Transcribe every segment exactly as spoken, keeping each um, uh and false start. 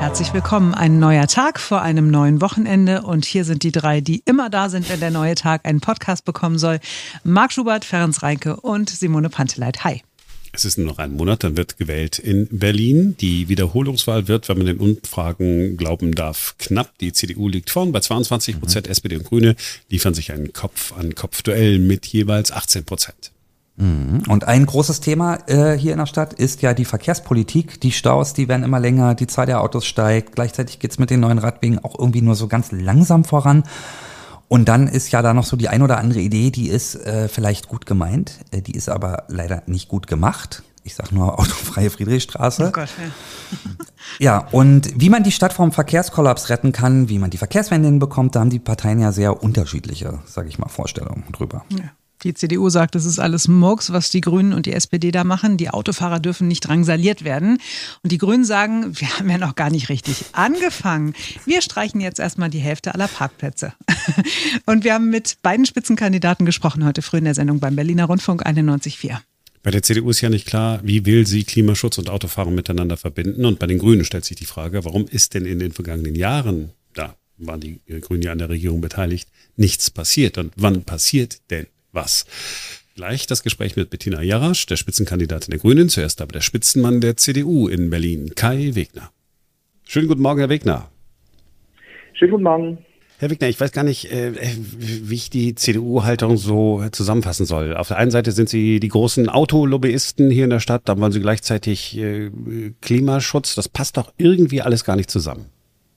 Herzlich willkommen. Ein neuer Tag vor einem neuen Wochenende. Und hier sind die drei, die immer da sind, wenn der neue Tag einen Podcast bekommen soll. Marc Schubert, Ferenc Reinke und Simone Panteleit. Hi. Es ist nur noch ein Monat, dann wird gewählt in Berlin. Die Wiederholungswahl wird, wenn man den Umfragen glauben darf, knapp. Die C D U liegt vorn bei zweiundzwanzig Prozent, mhm. S P D und Grüne liefern sich ein Kopf-an-Kopf-Duell mit jeweils achtzehn Prozent. Und ein großes Thema äh, hier in der Stadt ist ja die Verkehrspolitik. Die Staus, die werden immer länger, die Zahl der Autos steigt. Gleichzeitig geht's mit den neuen Radwegen auch irgendwie nur so ganz langsam voran. Und dann ist ja da noch so die ein oder andere Idee, die ist äh, vielleicht gut gemeint, äh, die ist aber leider nicht gut gemacht. Ich sag nur autofreie Friedrichstraße. Oh Gott, ja. Ja, und wie man die Stadt vom Verkehrskollaps retten kann, wie man die Verkehrswende hinbekommt, da haben die Parteien ja sehr unterschiedliche, sage ich mal, Vorstellungen drüber. Ja. Die C D U sagt, es ist alles Murks, was die Grünen und die S P D da machen. Die Autofahrer dürfen nicht drangsaliert werden. Und die Grünen sagen, wir haben ja noch gar nicht richtig angefangen. Wir streichen jetzt erstmal die Hälfte aller Parkplätze. Und wir haben mit beiden Spitzenkandidaten gesprochen heute früh in der Sendung beim Berliner Rundfunk einundneunzig Komma vier. Bei der C D U ist ja nicht klar, wie will sie Klimaschutz und Autofahren miteinander verbinden. Und bei den Grünen stellt sich die Frage, warum ist denn in den vergangenen Jahren, da waren die Grünen ja an der Regierung beteiligt, nichts passiert? Und wann passiert denn was? Gleich das Gespräch mit Bettina Jarasch, der Spitzenkandidatin der Grünen, zuerst aber der Spitzenmann der C D U in Berlin, Kai Wegner. Schönen guten Morgen, Herr Wegner. Schönen guten Morgen. Herr Wegner, ich weiß gar nicht, äh, wie ich die C D U-Haltung so zusammenfassen soll. Auf der einen Seite sind Sie die großen Autolobbyisten hier in der Stadt, dann wollen Sie gleichzeitig äh, Klimaschutz. Das passt doch irgendwie alles gar nicht zusammen.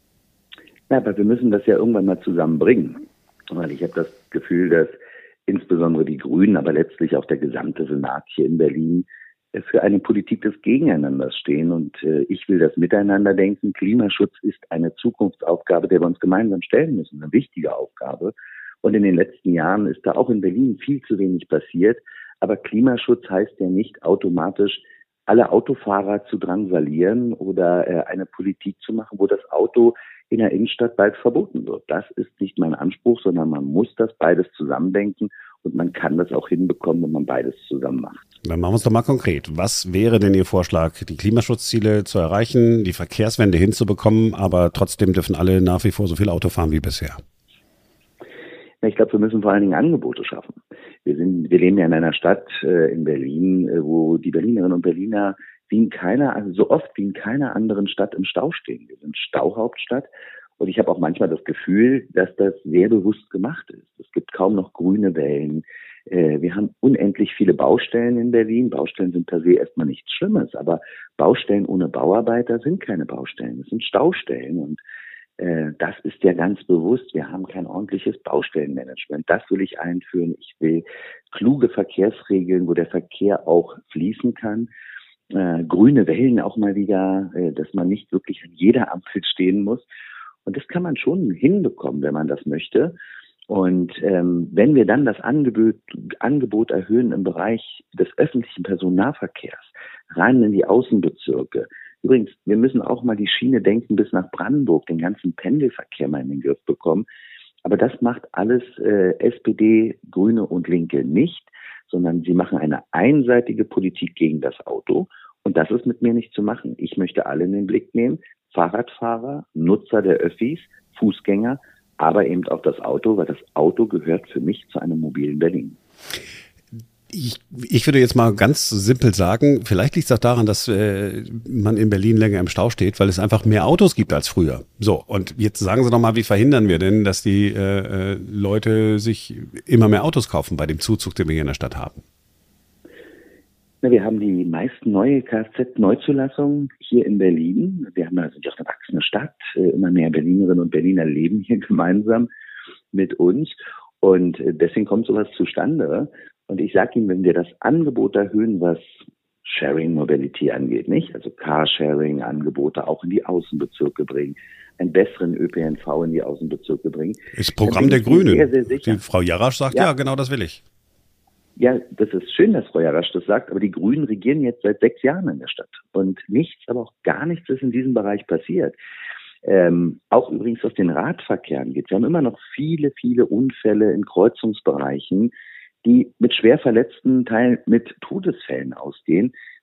Ja, aber wir müssen das ja irgendwann mal zusammenbringen. Weil ich habe das Gefühl, dass insbesondere die Grünen, aber letztlich auch der gesamte Senat hier in Berlin für eine Politik des Gegeneinanders stehen. Und äh, ich will das Miteinander denken. Klimaschutz ist eine Zukunftsaufgabe, der wir uns gemeinsam stellen müssen, eine wichtige Aufgabe. Und in den letzten Jahren ist da auch in Berlin viel zu wenig passiert. Aber Klimaschutz heißt ja nicht automatisch, alle Autofahrer zu drangsalieren oder äh, eine Politik zu machen, wo das Auto in der Innenstadt bald verboten wird. Das ist nicht mein Anspruch, sondern man muss das beides zusammendenken und man kann das auch hinbekommen, wenn man beides zusammen macht. Dann machen wir es doch mal konkret. Was wäre denn Ihr Vorschlag, die Klimaschutzziele zu erreichen, die Verkehrswende hinzubekommen, aber trotzdem dürfen alle nach wie vor so viel Auto fahren wie bisher? Ich glaube, wir müssen vor allen Dingen Angebote schaffen. Wir sind, wir leben ja in einer Stadt äh, in Berlin, äh, wo die Berlinerinnen und Berliner wie in keiner, also so oft wie in keiner anderen Stadt im Stau stehen. Wir sind Stauhauptstadt und ich habe auch manchmal das Gefühl, dass das sehr bewusst gemacht ist. Es gibt kaum noch grüne Wellen. Äh, wir haben unendlich viele Baustellen in Berlin. Baustellen sind per se erstmal nichts Schlimmes, aber Baustellen ohne Bauarbeiter sind keine Baustellen. Es sind Staustellen und äh, das ist ja ganz bewusst. Wir haben kein ordentliches Baustellenmanagement. Das will ich einführen. Ich will kluge Verkehrsregeln, wo der Verkehr auch fließen kann. Äh, grüne Wellen auch mal wieder, äh, dass man nicht wirklich an jeder Ampel stehen muss. Und das kann man schon hinbekommen, wenn man das möchte. Und ähm, wenn wir dann das Angebot, Angebot erhöhen im Bereich des öffentlichen Personennahverkehrs, rein in die Außenbezirke. Übrigens, wir müssen auch mal die Schiene denken bis nach Brandenburg, den ganzen Pendelverkehr mal in den Griff bekommen. Aber das macht alles äh, S P D, Grüne und Linke nicht, sondern sie machen eine einseitige Politik gegen das Auto. Und das ist mit mir nicht zu machen. Ich möchte alle in den Blick nehmen. Fahrradfahrer, Nutzer der Öffis, Fußgänger, aber eben auch das Auto, weil das Auto gehört für mich zu einem mobilen Berlin. Ich, ich würde jetzt mal ganz simpel sagen, vielleicht liegt es auch daran, dass äh, man in Berlin länger im Stau steht, weil es einfach mehr Autos gibt als früher. So, und jetzt sagen Sie doch mal, wie verhindern wir denn, dass die äh, Leute sich immer mehr Autos kaufen bei dem Zuzug, den wir hier in der Stadt haben? Na, wir haben die meisten neue Kfz-Neuzulassungen hier in Berlin. Wir haben also auch eine wachsende Stadt. Immer mehr Berlinerinnen und Berliner leben hier gemeinsam mit uns. Und deswegen kommt sowas zustande. Und ich sage Ihnen, wenn wir das Angebot erhöhen, was Sharing Mobility angeht, nicht? Also Carsharing-Angebote auch in die Außenbezirke bringen, einen besseren Ö P N V in die Außenbezirke bringen. Das Programm der Grünen. Sehr, sehr sicher. Die Frau Jarasch sagt, ja. ja, genau das will ich. Ja, das ist schön, dass Frau Jarasch das sagt, aber die Grünen regieren jetzt seit sechs Jahren in der Stadt. Und nichts, aber auch gar nichts ist in diesem Bereich passiert. Ähm, auch übrigens aus den Radverkehren geht. Wir haben immer noch viele, viele Unfälle in Kreuzungsbereichen, die mit schwer Verletzten, Teilen mit Todesfällen ausgehen,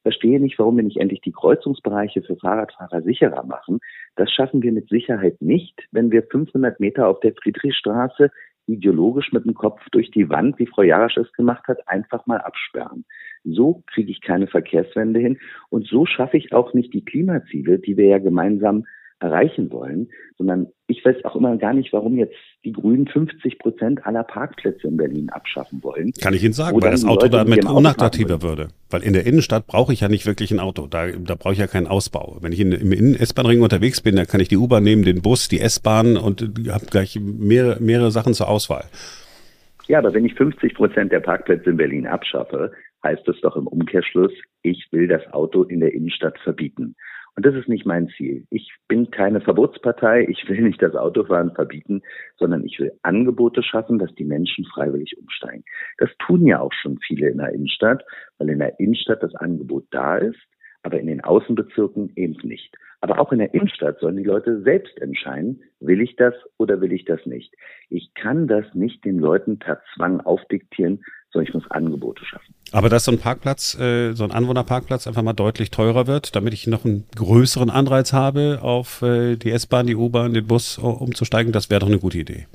verstehe nicht, warum wir nicht endlich die Kreuzungsbereiche für Fahrradfahrer sicherer machen. Das schaffen wir mit Sicherheit nicht, wenn wir fünfhundert Meter auf der Friedrichstraße ideologisch mit dem Kopf durch die Wand, wie Frau Jarasch es gemacht hat, einfach mal absperren. So kriege ich keine Verkehrswende hin und so schaffe ich auch nicht die Klimaziele, die wir ja gemeinsam erreichen wollen, sondern ich weiß auch immer gar nicht, warum jetzt die Grünen fünfzig Prozent aller Parkplätze in Berlin abschaffen wollen. Kann ich Ihnen sagen, weil das Auto damit unattraktiver würde. Weil in der Innenstadt brauche ich ja nicht wirklich ein Auto. Da, da brauche ich ja keinen Ausbau. Wenn ich in, im Innen-S-Bahn-Ring unterwegs bin, dann kann ich die U-Bahn nehmen, den Bus, die S-Bahn und habe gleich mehrere, mehrere Sachen zur Auswahl. Ja, aber wenn ich fünfzig Prozent der Parkplätze in Berlin abschaffe, heißt das doch im Umkehrschluss, ich will das Auto in der Innenstadt verbieten. Und das ist nicht mein Ziel. Ich bin keine Verbotspartei. Ich will nicht das Autofahren verbieten, sondern ich will Angebote schaffen, dass die Menschen freiwillig umsteigen. Das tun ja auch schon viele in der Innenstadt, weil in der Innenstadt das Angebot da ist, aber in den Außenbezirken eben nicht. Aber auch in der Innenstadt sollen die Leute selbst entscheiden, will ich das oder will ich das nicht. Ich kann das nicht den Leuten per Zwang aufdiktieren, sondern ich muss Angebote schaffen. Aber dass so ein Parkplatz, äh, so ein Anwohnerparkplatz einfach mal deutlich teurer wird, damit ich noch einen größeren Anreiz habe, auf äh, die S-Bahn, die U-Bahn, den Bus uh, umzusteigen, das wäre doch eine gute Idee.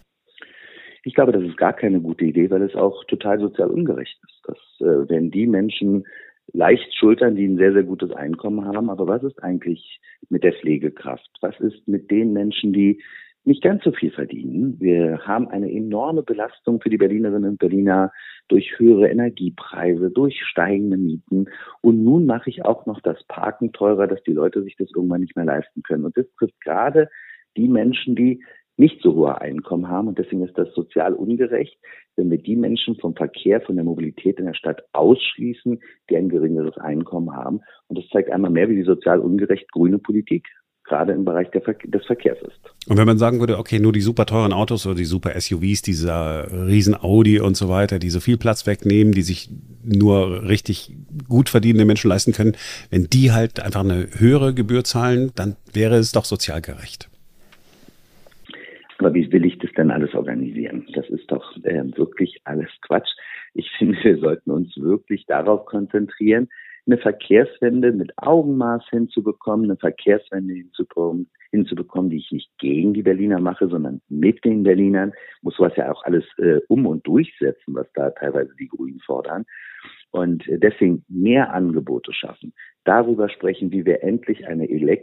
Ich glaube, das ist gar keine gute Idee, weil es auch total sozial ungerecht ist. Das äh, werden die Menschen leicht schultern, die ein sehr, sehr gutes Einkommen haben. Aber was ist eigentlich mit der Pflegekraft? Was ist mit den Menschen, die nicht ganz so viel verdienen? Wir haben eine enorme Belastung für die Berlinerinnen und Berliner durch höhere Energiepreise, durch steigende Mieten. Und nun mache ich auch noch das Parken teurer, dass die Leute sich das irgendwann nicht mehr leisten können. Und das trifft gerade die Menschen, die nicht so hohe Einkommen haben. Und deswegen ist das sozial ungerecht, wenn wir die Menschen vom Verkehr, von der Mobilität in der Stadt ausschließen, die ein geringeres Einkommen haben. Und das zeigt einmal mehr, wie die sozial ungerecht grüne Politik gerade im Bereich der Ver- des Verkehrs ist. Und wenn man sagen würde, okay, nur die super teuren Autos oder die super S U Vs, dieser riesen Audi und so weiter, die so viel Platz wegnehmen, die sich nur richtig gut verdienende Menschen leisten können, wenn die halt einfach eine höhere Gebühr zahlen, dann wäre es doch sozial gerecht. Aber wie will ich das denn alles organisieren? Das ist doch äh, wirklich alles Quatsch. Ich finde, wir sollten uns wirklich darauf konzentrieren, eine Verkehrswende mit Augenmaß hinzubekommen, eine Verkehrswende hinzubekommen, hinzubekommen, die ich nicht gegen die Berliner mache, sondern mit den Berlinern. Muss sowas ja auch alles äh, um- und durchsetzen, was da teilweise die Grünen fordern. Und äh, deswegen mehr Angebote schaffen. Darüber sprechen, wie wir endlich eine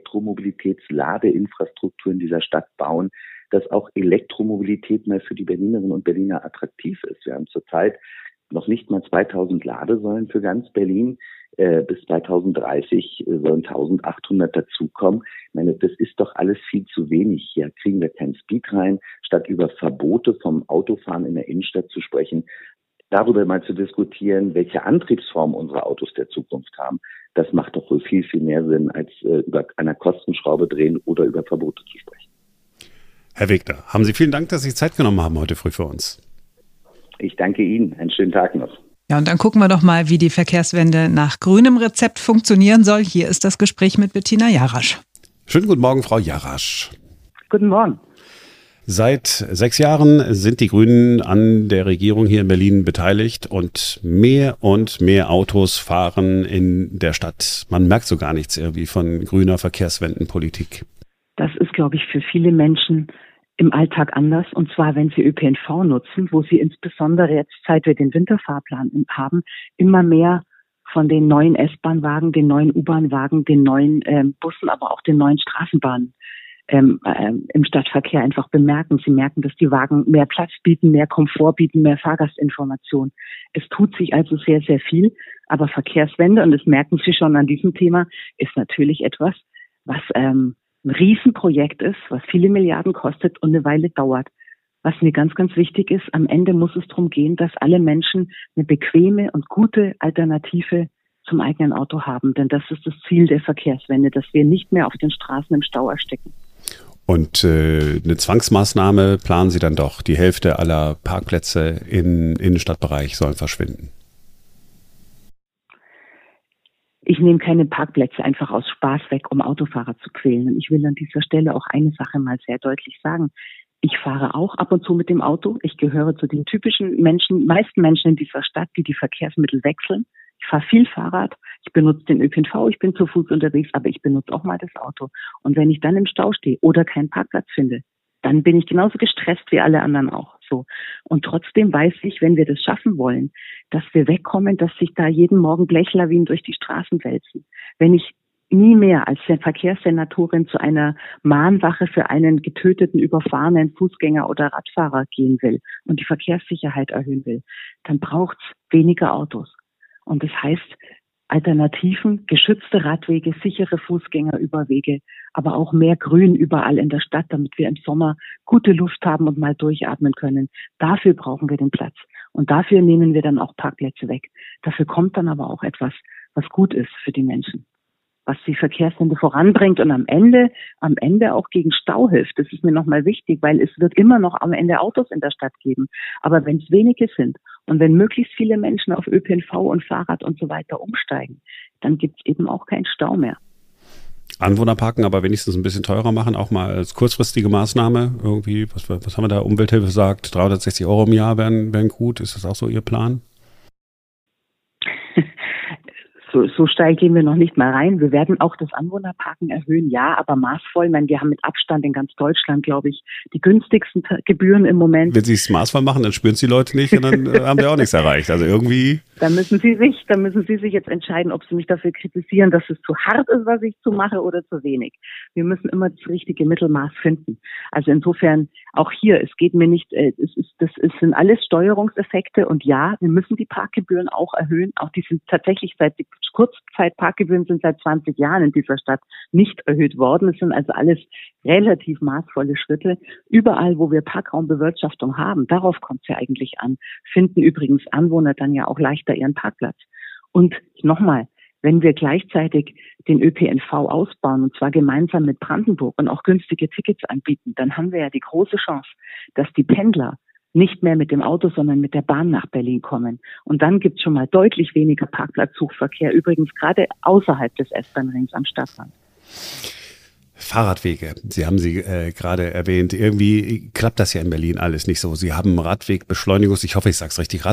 Elektromobilitätsladeinfrastruktur in dieser Stadt bauen, dass auch Elektromobilität mal für die Berlinerinnen und Berliner attraktiv ist. Wir haben zurzeit noch nicht mal zweitausend Ladesäulen für ganz Berlin. Äh, bis zweitausenddreißig sollen eintausendachthundert dazukommen. Ich meine, das ist doch alles viel zu wenig. Hier kriegen wir keinen Speed rein. Statt über Verbote vom Autofahren in der Innenstadt zu sprechen, darüber mal zu diskutieren, welche Antriebsform unsere Autos der Zukunft haben, das macht doch wohl viel, viel mehr Sinn, als äh, über einer Kostenschraube drehen oder über Verbote zu sprechen. Herr Wegner, haben Sie vielen Dank, dass Sie Zeit genommen haben heute früh für uns. Ich danke Ihnen. Einen schönen Tag noch. Ja, und dann gucken wir doch mal, wie die Verkehrswende nach grünem Rezept funktionieren soll. Hier ist das Gespräch mit Bettina Jarasch. Schönen guten Morgen, Frau Jarasch. Guten Morgen. Seit sechs Jahren sind die Grünen an der Regierung hier in Berlin beteiligt und mehr und mehr Autos fahren in der Stadt. Man merkt so gar nichts irgendwie von grüner Verkehrswendenpolitik. Das ist, glaube ich, für viele Menschen im Alltag anders. Und zwar, wenn sie Ö P N V nutzen, wo sie insbesondere jetzt, seit wir den Winterfahrplan haben, immer mehr von den neuen S-Bahn-Wagen, den neuen U-Bahn-Wagen, den neuen ähm, Bussen, aber auch den neuen Straßenbahnen ähm, ähm, im Stadtverkehr einfach bemerken. Sie merken, dass die Wagen mehr Platz bieten, mehr Komfort bieten, mehr Fahrgastinformation. Es tut sich also sehr, sehr viel. Aber Verkehrswende, und das merken Sie schon an diesem Thema, ist natürlich etwas, was ähm, ein Riesenprojekt ist, was viele Milliarden kostet und eine Weile dauert. Was mir ganz, ganz wichtig ist, am Ende muss es darum gehen, dass alle Menschen eine bequeme und gute Alternative zum eigenen Auto haben. Denn das ist das Ziel der Verkehrswende, dass wir nicht mehr auf den Straßen im Stau ersticken. Und äh, eine Zwangsmaßnahme planen Sie dann doch. Die Hälfte aller Parkplätze im Innenstadtbereich sollen verschwinden. Ich nehme keine Parkplätze einfach aus Spaß weg, um Autofahrer zu quälen. Und ich will an dieser Stelle auch eine Sache mal sehr deutlich sagen. Ich fahre auch ab und zu mit dem Auto. Ich gehöre zu den typischen Menschen, meisten Menschen in dieser Stadt, die die Verkehrsmittel wechseln. Ich fahre viel Fahrrad. Ich benutze den Ö P N V, ich bin zu Fuß unterwegs, aber ich benutze auch mal das Auto. Und wenn ich dann im Stau stehe oder keinen Parkplatz finde, dann bin ich genauso gestresst wie alle anderen auch. So. Und trotzdem weiß ich, wenn wir das schaffen wollen, dass wir wegkommen, dass sich da jeden Morgen Blechlawinen durch die Straßen wälzen. Wenn ich nie mehr als Verkehrssenatorin zu einer Mahnwache für einen getöteten, überfahrenen Fußgänger oder Radfahrer gehen will und die Verkehrssicherheit erhöhen will, dann braucht's weniger Autos. Und das heißt, Alternativen, geschützte Radwege, sichere Fußgängerüberwege, aber auch mehr Grün überall in der Stadt, damit wir im Sommer gute Luft haben und mal durchatmen können. Dafür brauchen wir den Platz. Und dafür nehmen wir dann auch Parkplätze weg. Dafür kommt dann aber auch etwas, was gut ist für die Menschen, was die Verkehrswende voranbringt und am Ende, am Ende auch gegen Stau hilft. Das ist mir nochmal wichtig, weil es wird immer noch am Ende Autos in der Stadt geben. Aber wenn es wenige sind und wenn möglichst viele Menschen auf Ö P N V und Fahrrad und so weiter umsteigen, dann gibt es eben auch keinen Stau mehr. Anwohnerparken aber wenigstens ein bisschen teurer machen, auch mal als kurzfristige Maßnahme irgendwie. Was, was haben wir da? Umwelthilfe sagt, dreihundertsechzig Euro im Jahr wären, wären gut. Ist das auch so Ihr Plan? So, so steil gehen wir noch nicht mal rein. Wir werden auch das Anwohnerparken erhöhen, ja, aber maßvoll. Ich meine, wir haben mit Abstand in ganz Deutschland, glaube ich, die günstigsten Gebühren im Moment. Wenn Sie es maßvoll machen, dann spüren es die Leute nicht und dann äh, haben wir auch nichts erreicht. Also irgendwie. Da müssen Sie sich, da müssen Sie sich jetzt entscheiden, ob Sie mich dafür kritisieren, dass es zu hart ist, was ich zu mache, oder zu wenig. Wir müssen immer das richtige Mittelmaß finden. Also insofern auch hier, es geht mir nicht, äh, es ist, das ist, sind alles Steuerungseffekte und ja, wir müssen die Parkgebühren auch erhöhen. Auch die sind tatsächlich seit die Kurzzeitparkgebühren sind seit zwanzig Jahren in dieser Stadt nicht erhöht worden. Es sind also alles relativ maßvolle Schritte. Überall, wo wir Parkraumbewirtschaftung haben, darauf kommt es ja eigentlich an, finden übrigens Anwohner dann ja auch leichter ihren Parkplatz. Und nochmal, wenn wir gleichzeitig den Ö P N V ausbauen, und zwar gemeinsam mit Brandenburg und auch günstige Tickets anbieten, dann haben wir ja die große Chance, dass die Pendler nicht mehr mit dem Auto, sondern mit der Bahn nach Berlin kommen. Und dann gibt es schon mal deutlich weniger Parkplatzsuchverkehr, übrigens gerade außerhalb des S-Bahn-Rings am Stadtrand. Fahrradwege, Sie haben sie äh, gerade erwähnt. Irgendwie klappt das ja in Berlin alles nicht so. Sie haben ein Radwegbeschleunigungs, ich hoffe, ich sage es richtig,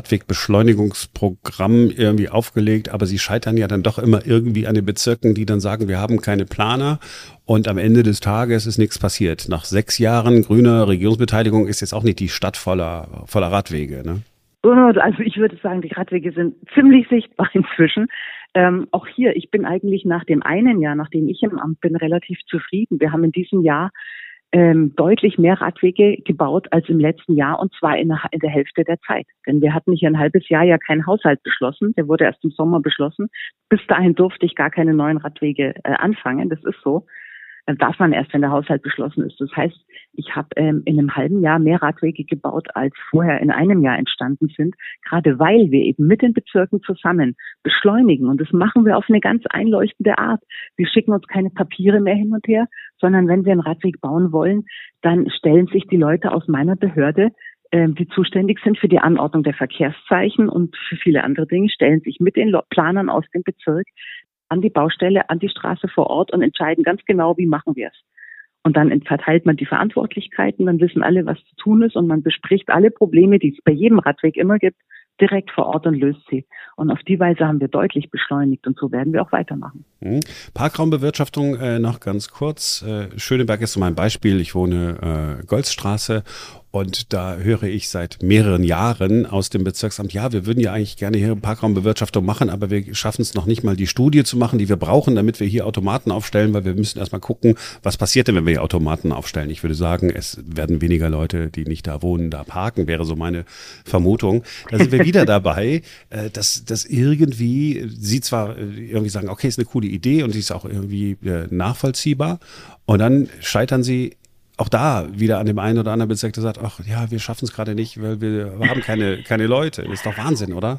Radwegbeschleunigungsprogramm irgendwie aufgelegt, aber Sie scheitern ja dann doch immer irgendwie an den Bezirken, die dann sagen, wir haben keine Planer und am Ende des Tages ist nichts passiert. Nach sechs Jahren grüner Regierungsbeteiligung ist jetzt auch nicht die Stadt voller, voller Radwege, ne? Also ich würde sagen, die Radwege sind ziemlich sichtbar inzwischen. Ähm, auch hier, ich bin eigentlich nach dem einen Jahr, nachdem ich im Amt bin, relativ zufrieden. Wir haben in diesem Jahr ähm, deutlich mehr Radwege gebaut als im letzten Jahr, und zwar in der, in der Hälfte der Zeit. Denn wir hatten hier ein halbes Jahr ja keinen Haushalt beschlossen. Der wurde erst im Sommer beschlossen. Bis dahin durfte ich gar keine neuen Radwege äh, anfangen. Das ist so. Dann darf man erst, wenn der Haushalt beschlossen ist. Das heißt, ich habe ähm, in einem halben Jahr mehr Radwege gebaut, als vorher in einem Jahr entstanden sind, gerade weil wir eben mit den Bezirken zusammen beschleunigen. Und das machen wir auf eine ganz einleuchtende Art. Wir schicken uns keine Papiere mehr hin und her, sondern wenn wir einen Radweg bauen wollen, dann stellen sich die Leute aus meiner Behörde, ähm, die zuständig sind für die Anordnung der Verkehrszeichen und für viele andere Dinge, stellen sich mit den Planern aus dem Bezirk an die Baustelle, an die Straße vor Ort und entscheiden ganz genau, wie machen wir es. Und dann verteilt man die Verantwortlichkeiten, dann wissen alle, was zu tun ist, und man bespricht alle Probleme, die es bei jedem Radweg immer gibt, direkt vor Ort und löst sie. Und auf die Weise haben wir deutlich beschleunigt, und so werden wir auch weitermachen. Mhm. Parkraumbewirtschaftung äh, noch ganz kurz. Äh, Schöneberg ist so mein Beispiel. Ich wohne äh, Golzstraße. Und da höre ich seit mehreren Jahren aus dem Bezirksamt, ja, wir würden ja eigentlich gerne hier Parkraumbewirtschaftung machen, aber wir schaffen es noch nicht mal, die Studie zu machen, die wir brauchen, damit wir hier Automaten aufstellen, weil wir müssen erstmal gucken, was passiert denn, wenn wir hier Automaten aufstellen. Ich würde sagen, es werden weniger Leute, die nicht da wohnen, da parken, wäre so meine Vermutung. Da sind wir wieder dabei, dass, dass irgendwie Sie zwar irgendwie sagen, okay, ist eine coole Idee und sie ist auch irgendwie nachvollziehbar, und dann scheitern Sie auch da wieder an dem einen oder anderen Bezirk, der sagt, ach ja, wir schaffen es gerade nicht, weil wir haben keine, keine Leute. Das ist doch Wahnsinn, oder?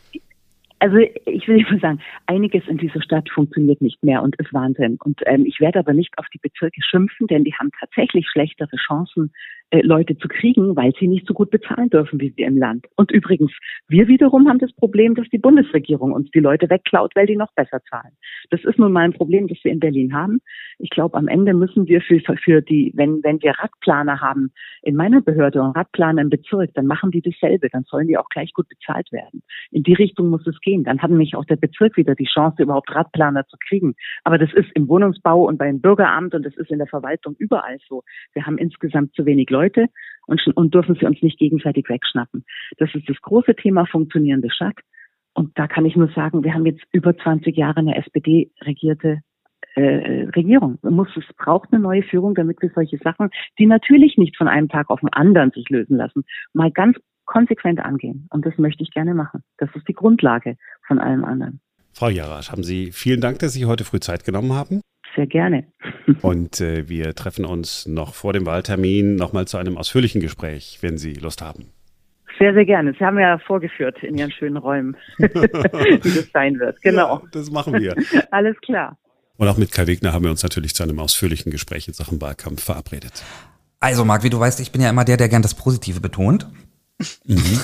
Also ich will mal sagen, einiges in dieser Stadt funktioniert nicht mehr und ist Wahnsinn. Und ähm, ich werde aber nicht auf die Bezirke schimpfen, denn die haben tatsächlich schlechtere Chancen, Leute zu kriegen, weil sie nicht so gut bezahlen dürfen wie wir im Land. Und übrigens, wir wiederum haben das Problem, dass die Bundesregierung uns die Leute wegklaut, weil die noch besser zahlen. Das ist nun mal ein Problem, das wir in Berlin haben. Ich glaube, am Ende müssen wir für, für die, wenn, wenn wir Radplaner haben in meiner Behörde und Radplaner im Bezirk, dann machen die dasselbe. Dann sollen die auch gleich gut bezahlt werden. In die Richtung muss es gehen. Dann hat nämlich auch der Bezirk wieder die Chance, überhaupt Radplaner zu kriegen. Aber das ist im Wohnungsbau und beim Bürgeramt und das ist in der Verwaltung überall so. Wir haben insgesamt zu wenig Leute. Leute und, und dürfen sie uns nicht gegenseitig wegschnappen. Das ist das große Thema funktionierende Stadt. Und da kann ich nur sagen, wir haben jetzt über zwanzig Jahre eine S P D-regierte äh, Regierung. Man muss, es braucht eine neue Führung, damit wir solche Sachen, die natürlich nicht von einem Tag auf den anderen sich lösen lassen, mal ganz konsequent angehen. Und das möchte ich gerne machen. Das ist die Grundlage von allem anderen. Frau Jarasch, haben Sie vielen Dank, dass Sie heute früh Zeit genommen haben. Sehr gerne. Und äh, wir treffen uns noch vor dem Wahltermin nochmal zu einem ausführlichen Gespräch, wenn Sie Lust haben. Sehr, sehr gerne. Sie haben ja vorgeführt in Ihren schönen Räumen, wie das sein wird. Genau. Ja, das machen wir. Alles klar. Und auch mit Kai Wegner haben wir uns natürlich zu einem ausführlichen Gespräch in Sachen Wahlkampf verabredet. Also Marc, wie du weißt, ich bin ja immer der, der gern das Positive betont. Mhm.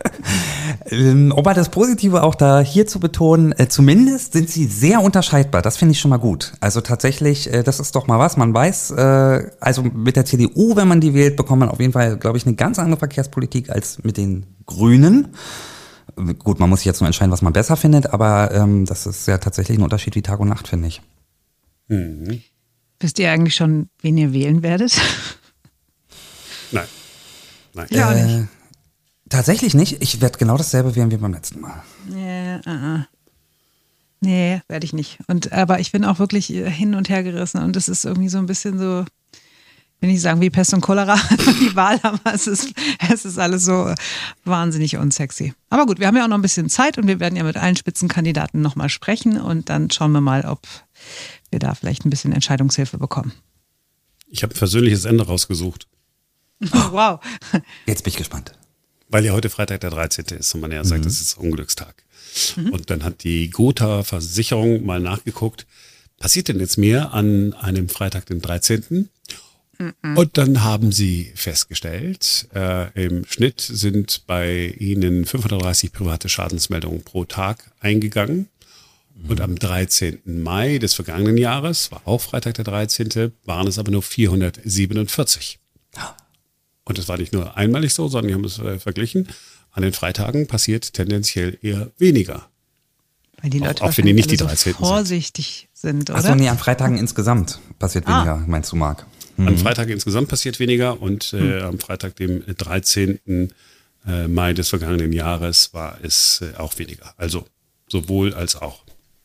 ähm, um mal das Positive auch da hier zu betonen, äh, zumindest sind sie sehr unterscheidbar, das finde ich schon mal gut. Also tatsächlich, äh, das ist doch mal was, man weiß, äh, also mit der C D U, wenn man die wählt, bekommt man auf jeden Fall, glaube ich, eine ganz andere Verkehrspolitik als mit den Grünen. Gut, man muss sich jetzt nur entscheiden, was man besser findet, aber ähm, das ist ja tatsächlich ein Unterschied wie Tag und Nacht, finde ich. Mhm. Wisst ihr eigentlich schon, wen ihr wählen werdet? Nein. Nein. Ja, auch äh, nicht. Tatsächlich nicht. Ich werde genau dasselbe wählen wie beim letzten Mal. Nee, uh-uh. nee, werde ich nicht. Und, aber ich bin auch wirklich hin und her gerissen und es ist irgendwie so ein bisschen so, ich will nicht sagen wie Pest und Cholera, die Wahl, aber es ist, es ist alles so wahnsinnig unsexy. Aber gut, wir haben ja auch noch ein bisschen Zeit und wir werden ja mit allen Spitzenkandidaten nochmal sprechen und dann schauen wir mal, ob wir da vielleicht ein bisschen Entscheidungshilfe bekommen. Ich habe ein versöhnliches Ende rausgesucht. Oh, wow. Jetzt bin ich gespannt. Weil ja heute Freitag der dreizehnte ist und man ja sagt, mhm. das ist Unglückstag. Mhm. Und dann hat die Gotha Versicherung mal nachgeguckt, passiert denn jetzt mehr an einem Freitag, den dreizehnten? Mhm. Und dann haben sie festgestellt, äh, im Schnitt sind bei ihnen fünfhundertdreißig private Schadensmeldungen pro Tag eingegangen. Mhm. Und am dreizehnten Mai des vergangenen Jahres, war auch Freitag der dreizehnte, waren es aber nur vierhundertsiebenundvierzig. Ja. Und das war nicht nur einmalig so, sondern die haben es äh, verglichen. An den Freitagen passiert tendenziell eher weniger. Weil die Leute auch, auch wenn die nicht die so dreizehnten vorsichtig sind, oder? Achso, nee, an Freitagen insgesamt passiert Ah. weniger, meinst du, Marc? Mhm. Am Freitag insgesamt passiert weniger und äh, mhm. am Freitag, dem dreizehnten Mai des vergangenen Jahres, war es äh, auch weniger. Also sowohl als auch.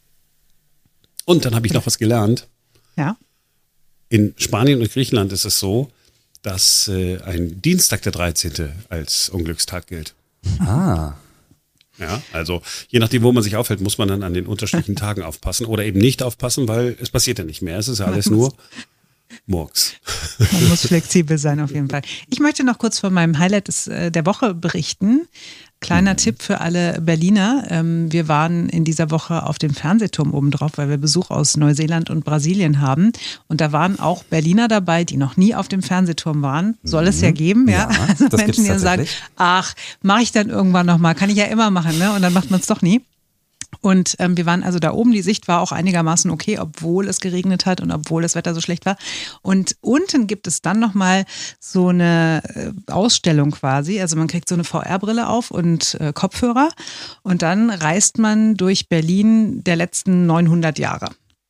Und dann habe ich noch was gelernt. Ja. In Spanien und Griechenland ist es so, dass äh, ein Dienstag der dreizehnte als Unglückstag gilt. Ah. Ja, also je nachdem, wo man sich aufhält, muss man dann an den unterschiedlichen Tagen aufpassen oder eben nicht aufpassen, weil es passiert ja nicht mehr. Es ist ja alles nur Murks. Man muss flexibel sein auf jeden Fall. Ich möchte noch kurz von meinem Highlight des, äh, der Woche berichten. Kleiner mhm. Tipp für alle Berliner. Ähm, wir waren in dieser Woche auf dem Fernsehturm oben drauf, weil wir Besuch aus Neuseeland und Brasilien haben. Und da waren auch Berliner dabei, die noch nie auf dem Fernsehturm waren. Soll mhm. es ja geben, ja. ja also Menschen, die dann sagen, ach, mache ich dann irgendwann nochmal, kann ich ja immer machen, ne? Und dann macht man es doch nie. Und ähm, wir waren also da oben, die Sicht war auch einigermaßen okay, obwohl es geregnet hat und obwohl das Wetter so schlecht war. Und unten gibt es dann nochmal so eine äh, Ausstellung quasi. Also man kriegt so eine V R-Brille auf und äh, Kopfhörer und dann reist man durch Berlin der letzten neunhundert Jahre.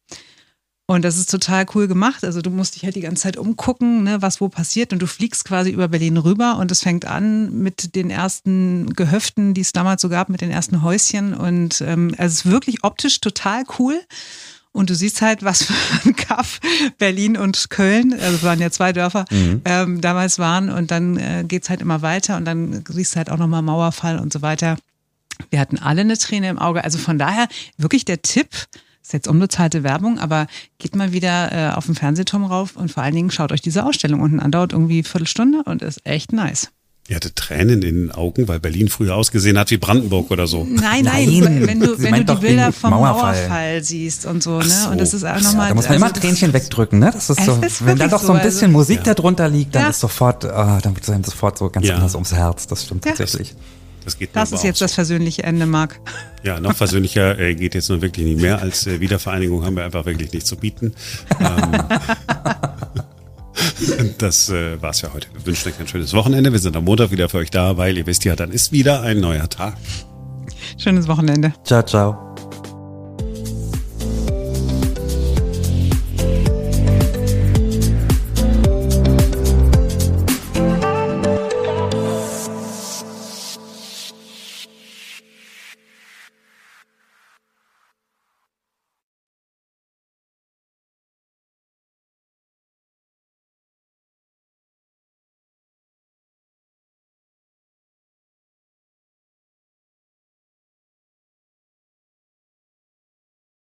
Und das ist total cool gemacht. Also du musst dich halt die ganze Zeit umgucken, ne, was wo passiert. Und du fliegst quasi über Berlin rüber und es fängt an mit den ersten Gehöften, die es damals so gab, mit den ersten Häuschen. Und ähm, also es ist wirklich optisch total cool. Und du siehst halt, was für ein Kaff Berlin und Köln, also es waren ja zwei Dörfer, mhm. ähm, damals waren. Und dann äh, geht's halt immer weiter und dann siehst du halt auch nochmal Mauerfall und so weiter. Wir hatten alle eine Träne im Auge. Also von daher wirklich der Tipp, ist jetzt unbezahlte Werbung, aber geht mal wieder äh, auf den Fernsehturm rauf und vor allen Dingen schaut euch diese Ausstellung unten an. Dauert irgendwie eine Viertelstunde und ist echt nice. Ihr hattet Tränen in den Augen, weil Berlin früher ausgesehen hat wie Brandenburg oder so. Nein, nein, Nein, wenn du, sie wenn meint du doch die Bilder den vom Mauerfall. Mauerfall siehst und so, ne? so. Und das ist auch nochmal. Da muss man also immer das- Tränchen wegdrücken, ne? Das ist Es so, ist wenn da wirklich doch so ein so, bisschen also- Musik Ja. darunter liegt, dann Ja. ist sofort, ah, dann wird einem sofort so ganz Ja. anders ums Herz. Das stimmt Ja. tatsächlich. Das geht mir Das aber ist jetzt auch das versöhnliche Ende, Marc. so. Ja, noch versöhnlicher äh, geht jetzt nun wirklich nicht mehr. Als äh, Wiedervereinigung haben wir einfach wirklich nichts zu bieten. Ähm, das äh, war's für heute. Wir wünschen euch ein schönes Wochenende. Wir sind am Montag wieder für euch da, weil ihr wisst ja, dann ist wieder ein neuer Tag. Schönes Wochenende. Ciao, ciao.